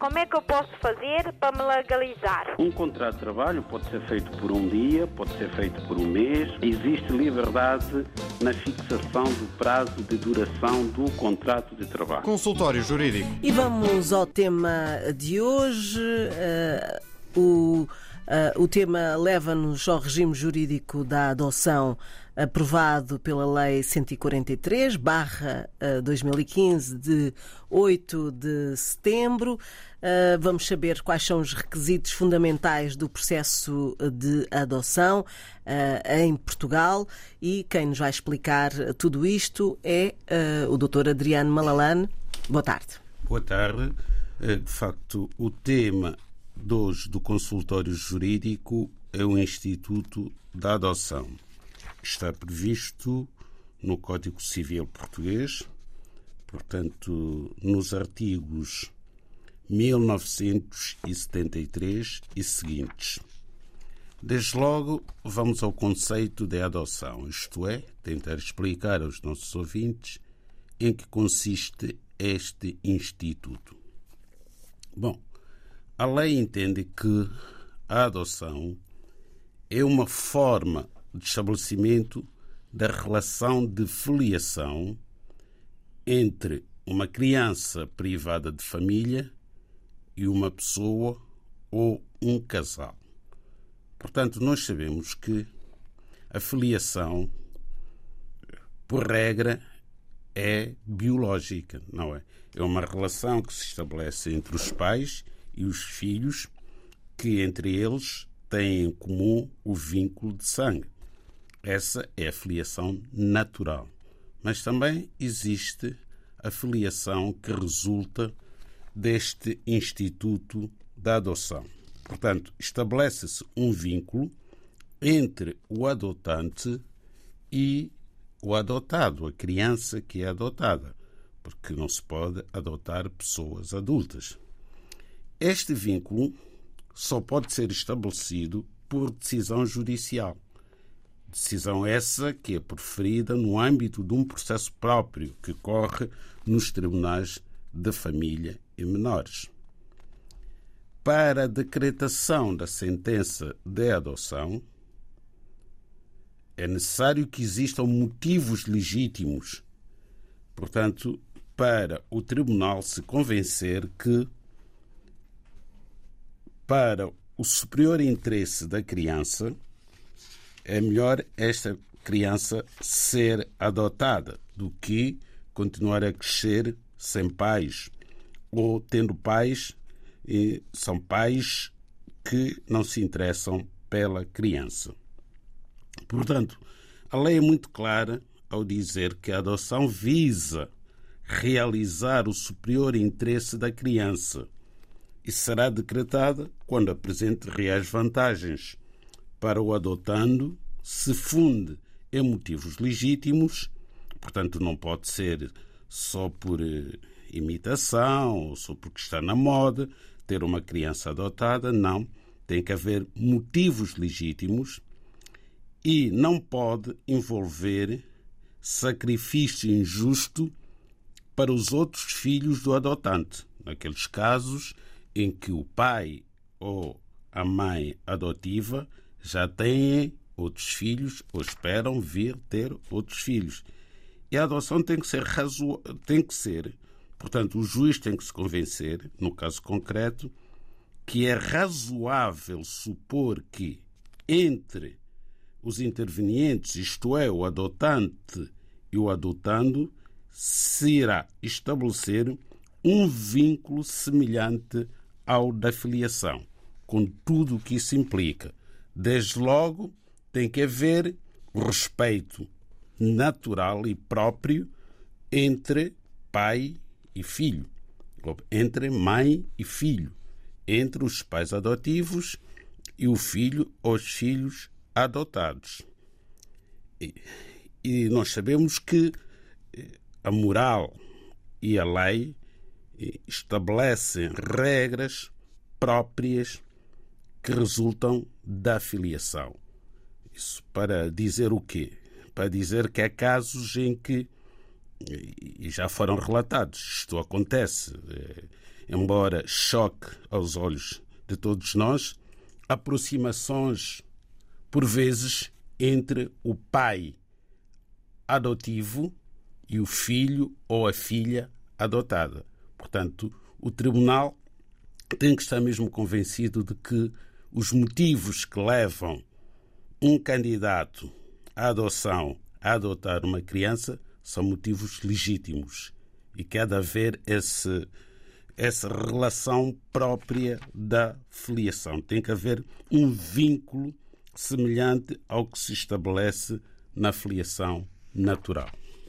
Como é que eu posso fazer para me legalizar? Um contrato de trabalho pode ser feito por um dia, pode ser feito por um mês. Existe liberdade na fixação do prazo de duração do contrato de trabalho. Consultório Jurídico. E vamos ao tema de hoje. O tema leva-nos ao regime jurídico da adoção aprovado pela Lei 143/2015 de 8 de setembro. Vamos saber quais são os requisitos fundamentais do processo de adoção em Portugal, e quem nos vai explicar tudo isto é o Dr. Adriano Malalane. Boa tarde. Boa tarde. De facto, o tema de hoje do consultório jurídico é o Instituto da Adoção. Está previsto no Código Civil Português, portanto, nos artigos 1973 e seguintes. Desde logo, vamos ao conceito de adoção, isto é, tentar explicar aos nossos ouvintes em que consiste este instituto. Bom, a lei entende que a adoção é uma forma de estabelecimento da relação de filiação entre uma criança privada de família e uma pessoa ou um casal. Portanto, nós sabemos que a filiação, por regra, é biológica, não é? É uma relação que se estabelece entre os pais e os filhos, que entre eles têm em comum o vínculo de sangue. Essa é a filiação natural. Mas também existe a filiação que resulta deste instituto da adoção. Portanto, estabelece-se um vínculo entre o adotante e o adotado, a criança que é adotada, porque não se pode adotar pessoas adultas. Este vínculo só pode ser estabelecido por decisão judicial. Decisão essa que é proferida no âmbito de um processo próprio que corre nos tribunais de família e menores. Para a decretação da sentença de adoção, é necessário que existam motivos legítimos, portanto, para o tribunal se convencer que, para o superior interesse da criança, é melhor esta criança ser adotada do que continuar a crescer sem pais, ou tendo pais e são pais que não se interessam pela criança. Portanto, a lei é muito clara ao dizer que a adoção visa realizar o superior interesse da criança e será decretada quando apresente reais vantagens para o adotando, se funde em motivos legítimos, portanto não pode ser só por imitação ou só porque está na moda ter uma criança adotada, não. Tem que haver motivos legítimos e não pode envolver sacrifício injusto para os outros filhos do adotante, naqueles casos em que o pai ou a mãe adotiva já têm outros filhos ou esperam vir ter outros filhos. E a adoção tem que ser, portanto, o juiz tem que se convencer, no caso concreto, que é razoável supor que entre os intervenientes, isto é, o adotante e o adotando, se irá estabelecer um vínculo semelhante ao da filiação, com tudo o que isso implica. Desde logo, tem que haver o respeito natural e próprio entre pai e filho, entre mãe e filho, entre os pais adotivos e o filho ou os filhos adotados. E nós sabemos que a moral e a lei estabelecem regras próprias que resultam da filiação. Isso para dizer o quê? Para dizer que há casos em que, e já foram relatados, isto acontece, embora choque aos olhos de todos nós, aproximações, por vezes, entre o pai adotivo e o filho ou a filha adotada. Portanto, o tribunal tem que estar mesmo convencido de que os motivos que levam um candidato à adoção a adotar uma criança são motivos legítimos e que há de haver essa relação própria da filiação. Tem que haver um vínculo semelhante ao que se estabelece na filiação natural.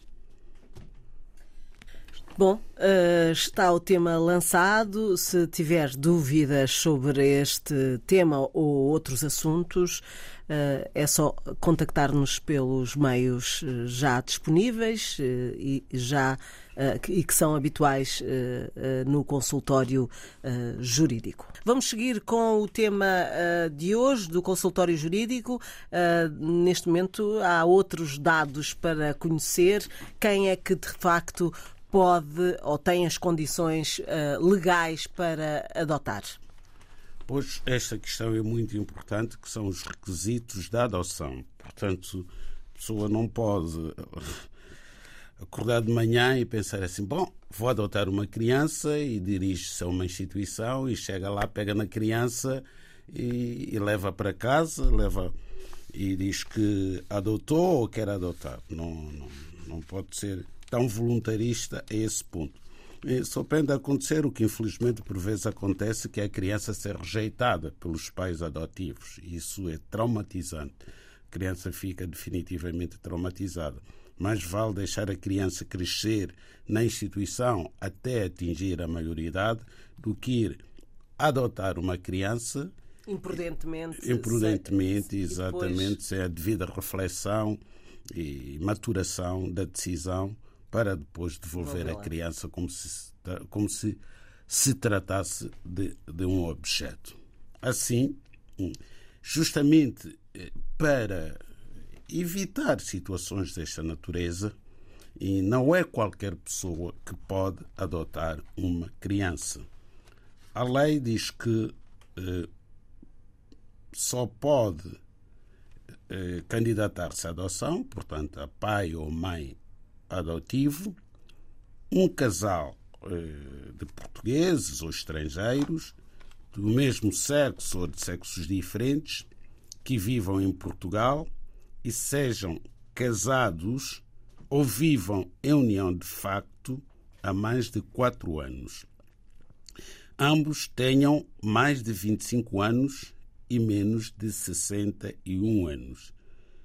Bom, está o tema lançado. Se tiver dúvidas sobre este tema ou outros assuntos, é só contactar-nos pelos meios já disponíveis e que são habituais no consultório jurídico. Vamos seguir com o tema de hoje, do consultório jurídico. Neste momento há outros dados para conhecer. Quem é que de facto pode ou tem as condições legais para adotar? Pois esta questão é muito importante, que são os requisitos da adoção. Portanto, a pessoa não pode acordar de manhã e pensar assim, bom, vou adotar uma criança, e dirige-se a uma instituição e chega lá, pega na criança e leva para casa, e diz que adotou ou quer adotar. Não pode ser tão voluntarista a esse ponto. Só pende acontecer o que infelizmente por vezes acontece, que é a criança ser rejeitada pelos pais adotivos. Isso é traumatizante. A criança fica definitivamente traumatizada. Mais vale deixar a criança crescer na instituição até atingir a maioridade do que ir adotar uma criança imprudentemente, exatamente, sem a devida reflexão e maturação da decisão, para depois devolver a criança como se tratasse de um objeto. Assim, justamente para evitar situações desta natureza, e não é qualquer pessoa que pode adotar uma criança. A lei diz que só pode candidatar-se à adoção, portanto, a pai ou mãe adotivo, um casal de portugueses ou estrangeiros do mesmo sexo ou de sexos diferentes que vivam em Portugal e sejam casados ou vivam em união de facto há mais de 4 anos. Ambos tenham mais de 25 anos e menos de 61 anos.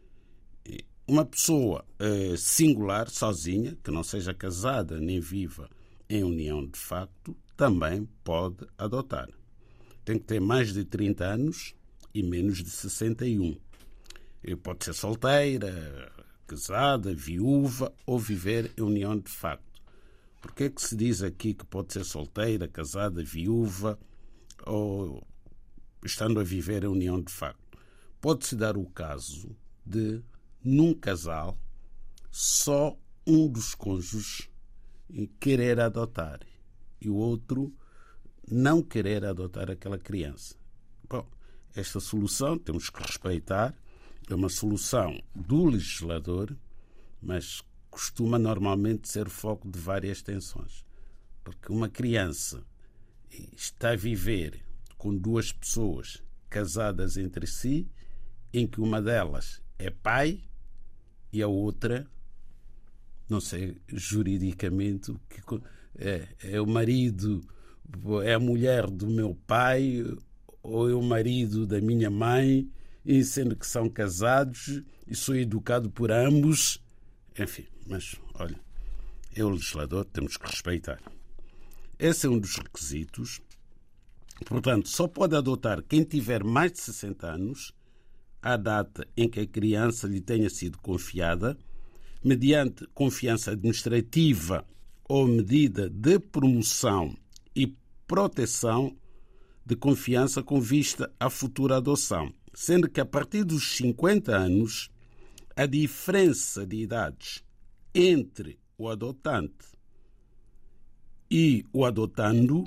Uma pessoa singular, sozinha, que não seja casada nem viva em união de facto, também pode adotar. Tem que ter mais de 30 anos e menos de 61. Pode ser solteira, casada, viúva ou viver em união de facto. Por que é que se diz aqui que pode ser solteira, casada, viúva ou estando a viver em união de facto? Pode-se dar o caso de, num casal, só um dos cônjuges querer adotar e o outro não querer adotar aquela criança. Bom, esta solução temos que respeitar, é uma solução do legislador, mas costuma normalmente ser foco de várias tensões. Porque uma criança está a viver com 2 pessoas casadas entre si, em que uma delas é pai e a outra, não sei juridicamente, o que é o marido, é a mulher do meu pai ou é o marido da minha mãe, e sendo que são casados e sou educado por ambos. Enfim, mas olha, é o legislador, temos que respeitar. Esse é um dos requisitos. Portanto, só pode adotar quem tiver mais de 60 anos, à data em que a criança lhe tenha sido confiada, mediante confiança administrativa ou medida de promoção e proteção de confiança com vista à futura adoção, sendo que a partir dos 50 anos a diferença de idades entre o adotante e o adotando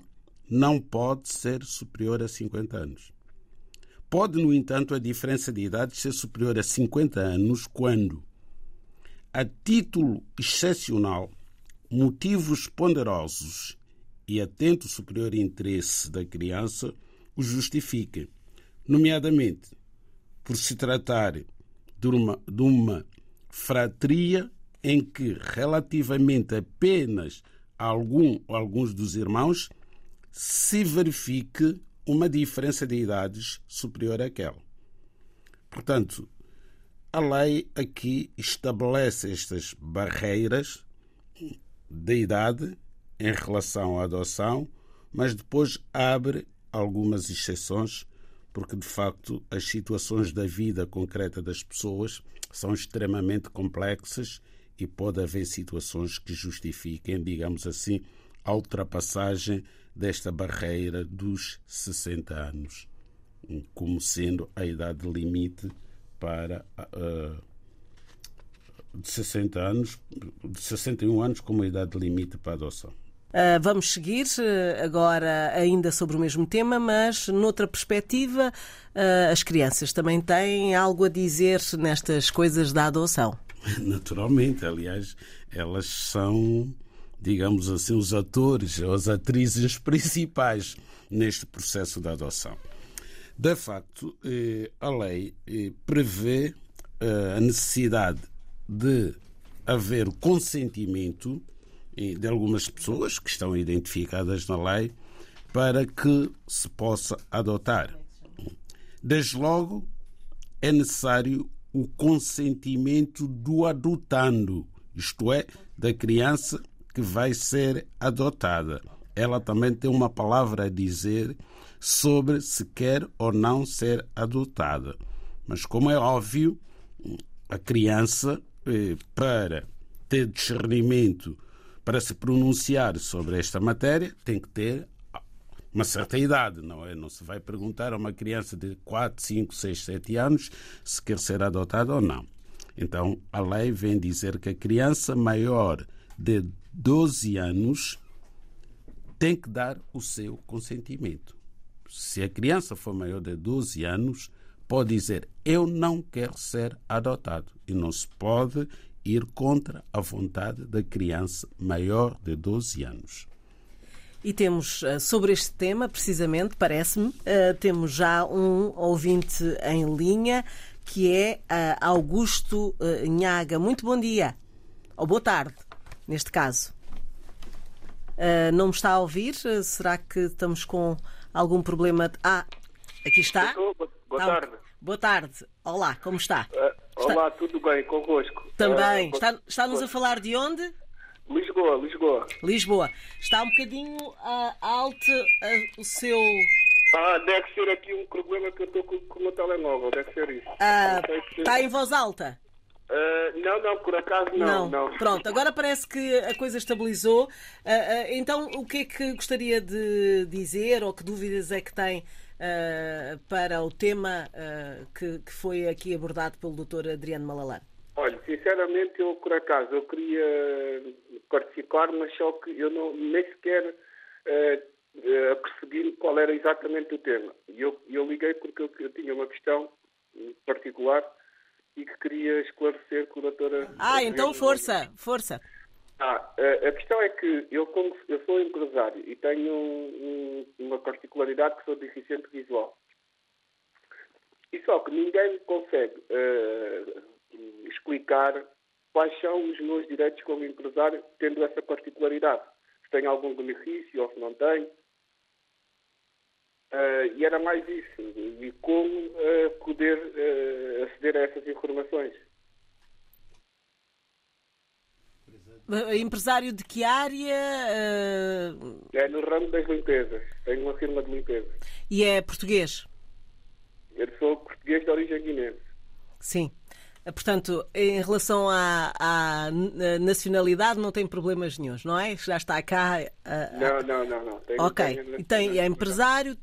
não pode ser superior a 50 anos. Pode, no entanto, a diferença de idade ser superior a 50 anos quando, a título excepcional, motivos ponderosos e atento superior interesse da criança o justifiquem, nomeadamente por se tratar de uma fratria em que, relativamente apenas a alguns dos irmãos, se verifique uma diferença de idades superior àquela. Portanto, a lei aqui estabelece estas barreiras de idade em relação à adoção, mas depois abre algumas exceções, porque, de facto, as situações da vida concreta das pessoas são extremamente complexas e pode haver situações que justifiquem, digamos assim, a ultrapassagem desta barreira dos 60 anos, como sendo a idade limite para de 60 anos, de 61 anos como a idade limite para a adoção. Vamos seguir agora ainda sobre o mesmo tema, mas noutra perspectiva, as crianças também têm algo a dizer nestas coisas da adoção. Naturalmente, aliás, elas são, digamos assim, os atores ou as atrizes principais neste processo da adoção. De facto, a lei prevê a necessidade de haver consentimento de algumas pessoas que estão identificadas na lei para que se possa adotar. Desde logo, é necessário o consentimento do adotando, isto é, da criança que vai ser adotada. Ela também tem uma palavra a dizer sobre se quer ou não ser adotada. Mas, como é óbvio, a criança, para ter discernimento, para se pronunciar sobre esta matéria, tem que ter uma certa idade, não é? Não se vai perguntar a uma criança de 4, 5, 6, 7 anos se quer ser adotada ou não. Então, a lei vem dizer que a criança maior de 12 anos tem que dar o seu consentimento. Se a criança for maior de 12 anos, pode dizer: eu não quero ser adotado. E não se pode ir contra a vontade da criança maior de 12 anos. E temos, sobre este tema, precisamente, parece-me, temos já um ouvinte em linha, que é Augusto Nhaga. Muito bom dia, ou boa tarde, neste caso. Não me está a ouvir? Será que estamos com algum problema? Aqui está. Boa tarde. Boa tarde. Olá, como está? Olá, tudo bem, convosco? Também. Está-nos a falar de onde? Lisboa. Está um bocadinho alto o seu... Deve ser aqui um problema que eu estou com o meu telemóvel, deve ser isso. Está em voz alta? Não, por acaso não. Pronto, agora parece que a coisa estabilizou. Então, o que é que gostaria de dizer ou que dúvidas é que tem para o tema que foi aqui abordado pelo Dr. Adriano Malalane? Olha, sinceramente, eu queria participar, mas só que eu nem sequer percebi qual era exatamente o tema. Eu liguei porque eu tinha uma questão particular e que queria esclarecer com a doutora... Então força! A questão é que eu sou empresário e tenho uma particularidade que sou deficiente visual. E só que ninguém me consegue explicar quais são os meus direitos como empresário tendo essa particularidade. Se tem algum benefício ou se não tem. E era mais isso. E como poder aceder a essas informações. Empresário de que área? É no ramo das limpezas. Tenho uma firma de limpeza. E é português? Eu sou português de origem guinense. Sim. Portanto, em relação à nacionalidade, não tem problemas nenhuns, não é? Já está cá. Não. Ok. É empresário,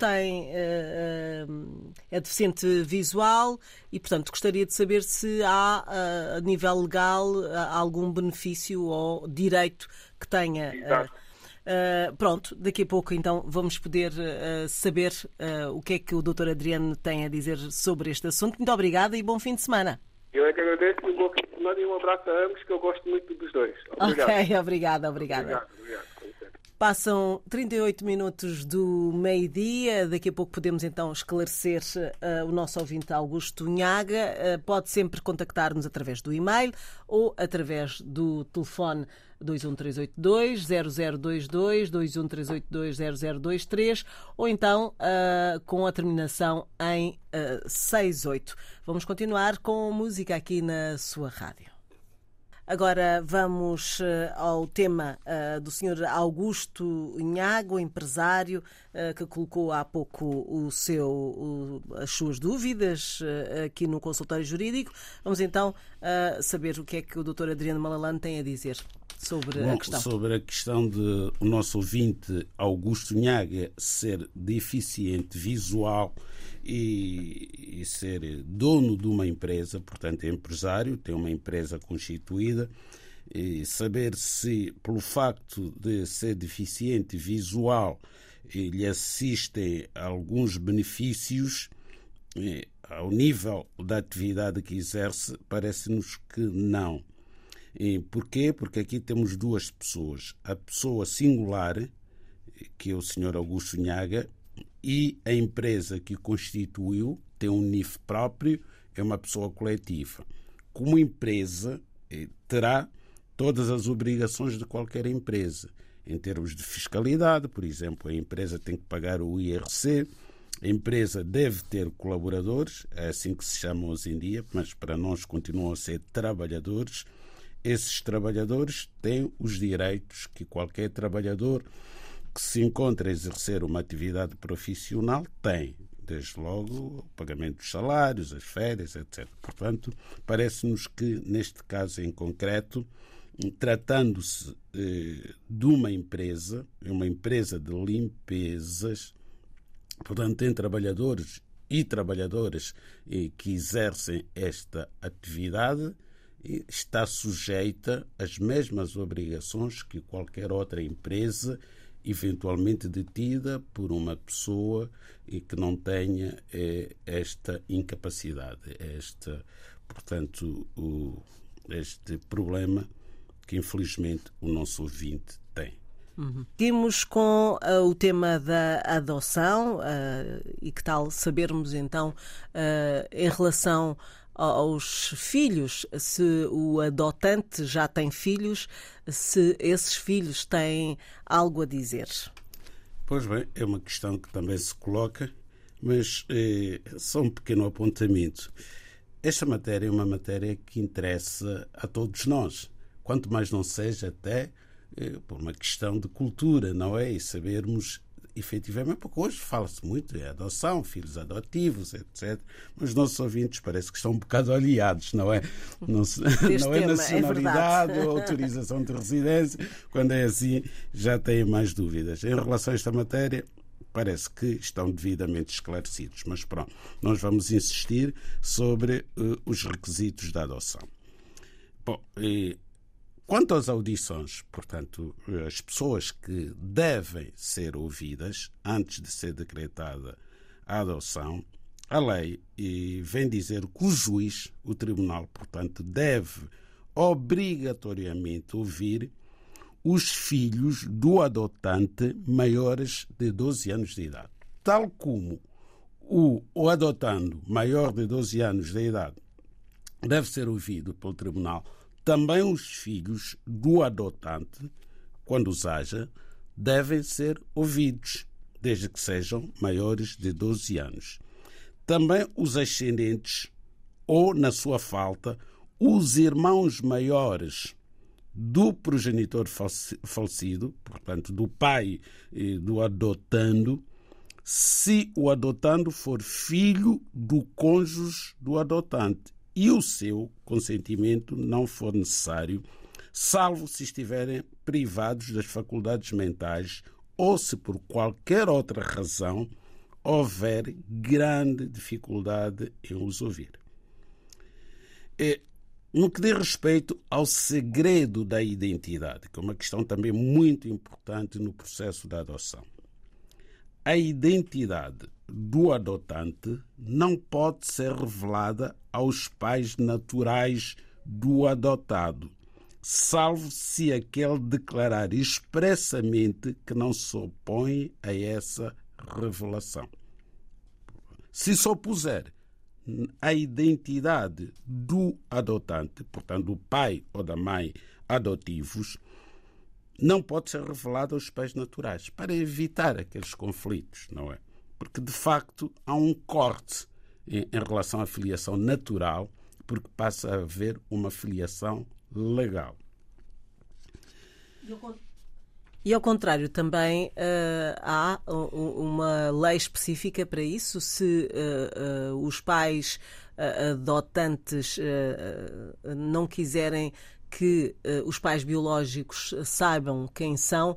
é deficiente visual e, portanto, gostaria de saber se há, a nível legal, algum benefício ou direito que tenha. Exato. Pronto, daqui a pouco então vamos poder saber o que é que o Dr. Adriano tem a dizer sobre este assunto. Muito obrigada e bom fim de semana. Eu é que agradeço, um bom fim de semana e um abraço a ambos, que eu gosto muito dos dois. Obrigado. Ok, obrigada. Obrigado. Passam 38 minutos do meio-dia. Daqui a pouco podemos então esclarecer o nosso ouvinte Augusto Unhaga. Pode sempre contactar-nos através do e-mail ou através do telefone 21382-0022, 21382-0023 ou então com a terminação em 68. Vamos continuar com música aqui na sua rádio. Agora vamos ao tema do Sr. Augusto Unhaga, empresário, que colocou há pouco as suas dúvidas aqui no consultório jurídico. Vamos então saber o que é que o Dr. Adriano Malalane tem a dizer sobre a questão. Sobre a questão de o nosso ouvinte Augusto Unhaga ser deficiente visual e ser dono de uma empresa, portanto é empresário, tem uma empresa constituída, e saber se, pelo facto de ser deficiente visual, lhe assistem alguns benefícios ao nível da atividade que exerce, parece-nos que não. E porquê? Porque aqui temos duas pessoas. A pessoa singular, que é o Sr. Augusto Unhaga, e a empresa que o constituiu tem um NIF próprio, é uma pessoa coletiva. Como empresa, terá todas as obrigações de qualquer empresa. Em termos de fiscalidade, por exemplo, a empresa tem que pagar o IRC, a empresa deve ter colaboradores, é assim que se chamam hoje em dia, mas para nós continuam a ser trabalhadores. Esses trabalhadores têm os direitos que qualquer trabalhador que se encontra a exercer uma atividade profissional tem, desde logo o pagamento dos salários, as férias, etc. Portanto, parece-nos que, neste caso em concreto, tratando-se de uma empresa de limpezas, portanto, tem trabalhadores e trabalhadoras que exercem esta atividade, está sujeita às mesmas obrigações que qualquer outra empresa eventualmente detida por uma pessoa e que não tenha esta incapacidade, este problema que infelizmente o nosso ouvinte tem. Seguimos com o tema da adoção e que tal sabermos então em relação aos filhos, se o adotante já tem filhos, se esses filhos têm algo a dizer. Pois bem, é uma questão que também se coloca, mas só um pequeno apontamento. Esta matéria é uma matéria que interessa a todos nós, quanto mais não seja até por uma questão de cultura, não é? E sabermos efetivamente, porque hoje fala-se muito de adoção, filhos adotivos, etc. Mas os nossos ouvintes parece que estão um bocado aliados, não é? Não é nacionalidade ou autorização de residência. Quando é assim, já têm mais dúvidas. Em relação a esta matéria, parece que estão devidamente esclarecidos. Mas pronto, nós vamos insistir sobre os requisitos da adoção. Bom, quanto às audições, portanto, as pessoas que devem ser ouvidas antes de ser decretada a adoção, a lei vem dizer que o juiz, o tribunal, portanto, deve obrigatoriamente ouvir os filhos do adotante maiores de 12 anos de idade. Tal como o adotando maior de 12 anos de idade deve ser ouvido pelo tribunal, também os filhos do adotante, quando os haja, devem ser ouvidos, desde que sejam maiores de 12 anos. Também os ascendentes, ou, na sua falta, os irmãos maiores do progenitor falecido, portanto, do pai do adotando, se o adotando for filho do cônjuge do adotante e o seu consentimento não for necessário, salvo se estiverem privados das faculdades mentais ou se por qualquer outra razão houver grande dificuldade em os ouvir. No que diz respeito ao segredo da identidade, que é uma questão também muito importante no processo da adoção. A identidade do adotante não pode ser revelada aos pais naturais do adotado, salvo se aquele declarar expressamente que não se opõe a essa revelação. Se se opuser a identidade do adotante, portanto, do pai ou da mãe adotivos, não pode ser revelado aos pais naturais, para evitar aqueles conflitos, não é? Porque, de facto, há um corte em relação à filiação natural, porque passa a haver uma filiação legal. E, ao contrário, também há uma lei específica para isso? Se os pais adotantes não quiserem que os pais biológicos saibam quem são,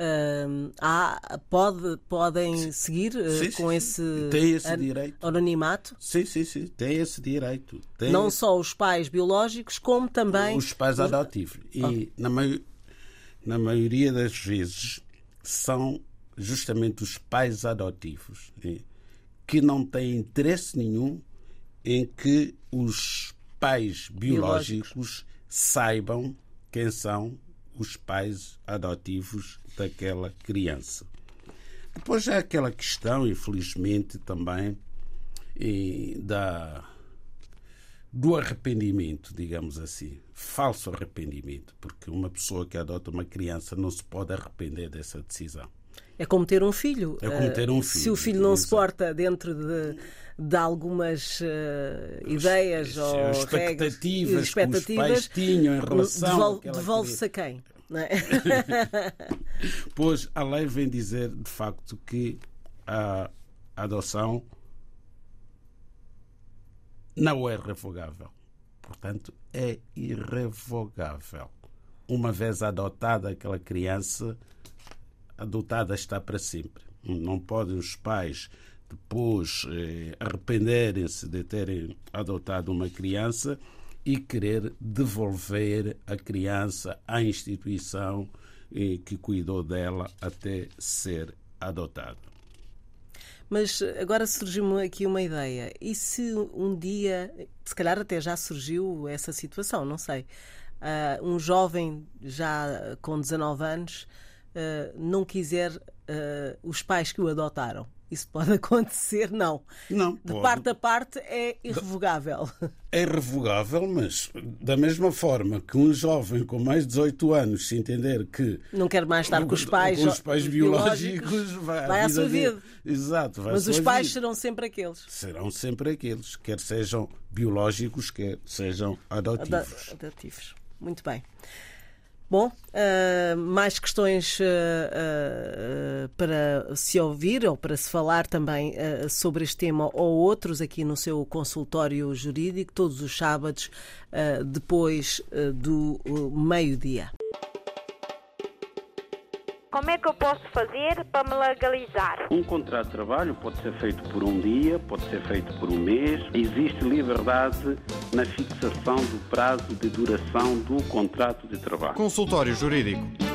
podem seguir com esse anonimato? Sim, tem esse direito. Não só os pais biológicos, como também os pais adotivos. E na maioria das vezes são justamente os pais adotivos que não têm interesse nenhum em que os pais biológicos saibam quem são os pais adotivos daquela criança. Depois há aquela questão, infelizmente, também do arrependimento, digamos assim, falso arrependimento, porque uma pessoa que adota uma criança não se pode arrepender dessa decisão. É como ter um filho. É como ter um filho. Se o filho não se porta dentro de algumas ideias ou expectativas que os pais tinham em relação devolve-se a quem? Não é? Pois a lei vem dizer, de facto, que a adoção não é revogável. Portanto, é irrevogável. Uma vez adotada aquela criança, adotada está para sempre. Não podem os pais depois arrependerem-se de terem adotado uma criança e querer devolver a criança à instituição que cuidou dela até ser adotada. Mas agora surgiu-me aqui uma ideia. E se um dia, se calhar até já surgiu essa situação, não sei, um jovem já com 19 anos não quiser os pais que o adotaram? Isso pode acontecer? Não. Não de pode. Parte a parte é irrevogável. É irrevogável, mas da mesma forma que um jovem com mais de 18 anos se entender que não quer mais estar com os pais biológicos, vai à sua vida. Exato, vai mas os pais serão sempre aqueles. Serão sempre aqueles, quer sejam biológicos, quer sejam adotivos. Muito bem. Bom, mais questões para se ouvir ou para se falar também sobre este tema ou outros aqui no seu consultório jurídico, todos os sábados, depois do meio-dia. Como é que eu posso fazer para me legalizar? Um contrato de trabalho pode ser feito por um dia, pode ser feito por um mês. Existe liberdade na fixação do prazo de duração do contrato de trabalho. Consultório Jurídico.